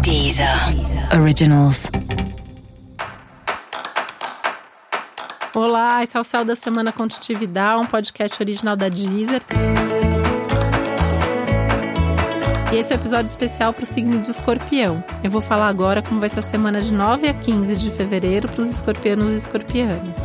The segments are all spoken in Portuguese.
Deezer Originals. Olá, esse é o Céu da Semana com Titi Vidal, um podcast original da Deezer. E esse é o um episódio especial para o signo de Escorpião. Eu vou falar agora como vai ser a semana de 9 a 15 de fevereiro para os escorpianos e escorpianas.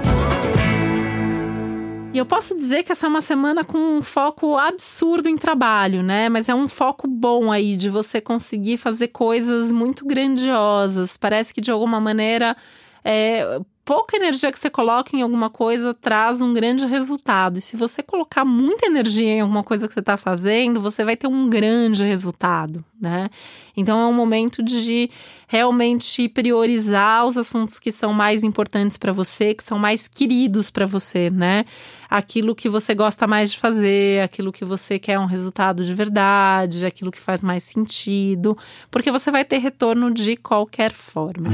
E eu posso dizer que essa é uma semana com um foco absurdo em trabalho, né? Mas é um foco bom aí de você conseguir fazer coisas muito grandiosas. Parece que de alguma maneira pouca energia que você coloca em alguma coisa traz um grande resultado. E se você colocar muita energia em alguma coisa que você está fazendo, você vai ter um grande resultado, né? Então é um momento de realmente priorizar os assuntos que são mais importantes para você, que são mais queridos para você, né? Aquilo que você gosta mais de fazer, aquilo que você quer um resultado de verdade, aquilo que faz mais sentido, porque você vai ter retorno de qualquer forma.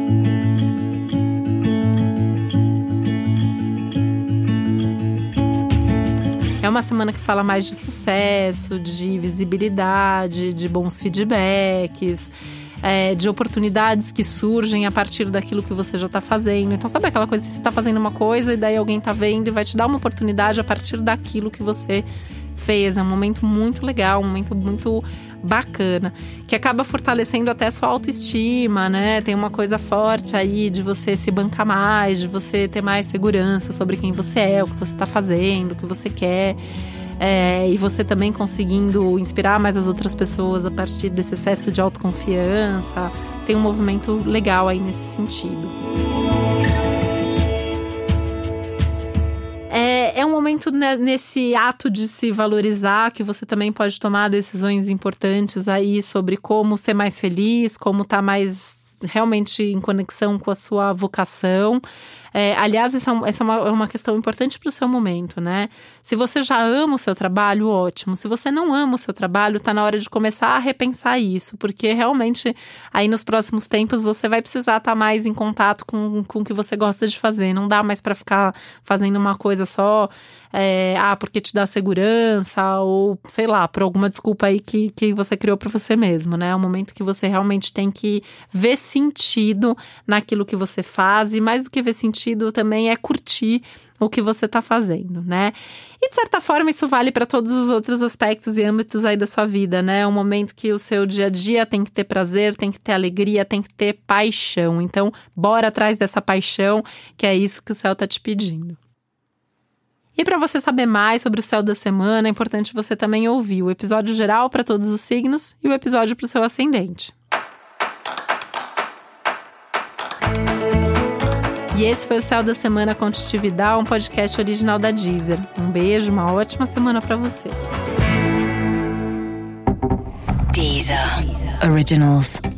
É uma semana que fala mais de sucesso, de visibilidade, de bons feedbacks, de oportunidades que surgem a partir daquilo que você já está fazendo. Então, sabe aquela coisa que você está fazendo uma coisa e daí alguém está vendo e vai te dar uma oportunidade a partir daquilo que você fez. É um momento muito legal, um momento muito bacana, que acaba fortalecendo até a sua autoestima, né? Tem uma coisa forte aí de você se bancar mais, de você ter mais segurança sobre quem você é, o que você está fazendo, o que você quer. E você também conseguindo inspirar mais as outras pessoas a partir desse excesso de autoconfiança. Tem um movimento legal aí nesse sentido. É um momento nesse ato de se valorizar que você também pode tomar decisões importantes aí sobre como ser mais feliz, como estar mais realmente em conexão com a sua vocação. Aliás, essa é uma questão importante para o seu momento, né? Se você já ama o seu trabalho, ótimo. Se você não ama o seu trabalho, está na hora de começar a repensar isso, porque realmente aí nos próximos tempos você vai precisar estar mais em contato com o que você gosta de fazer. Não dá mais para ficar fazendo uma coisa só, porque te dá segurança ou, sei lá, por alguma desculpa aí que você criou para você mesmo, né? É um momento que você realmente tem que ver sentido naquilo que você faz e mais do que ver sentido também é curtir o que você está fazendo, né? E de certa forma isso vale para todos os outros aspectos e âmbitos aí da sua vida, né? É um momento que o seu dia a dia tem que ter prazer, tem que ter alegria, tem que ter paixão. Então, bora atrás dessa paixão, que é isso que o céu está te pedindo. E para você saber mais sobre o céu da semana, é importante você também ouvir o episódio geral para todos os signos e o episódio para o seu ascendente. E esse foi o Céu da Semana com Titi Vidal, um podcast original da Deezer. Um beijo, uma ótima semana pra você. Deezer Originals.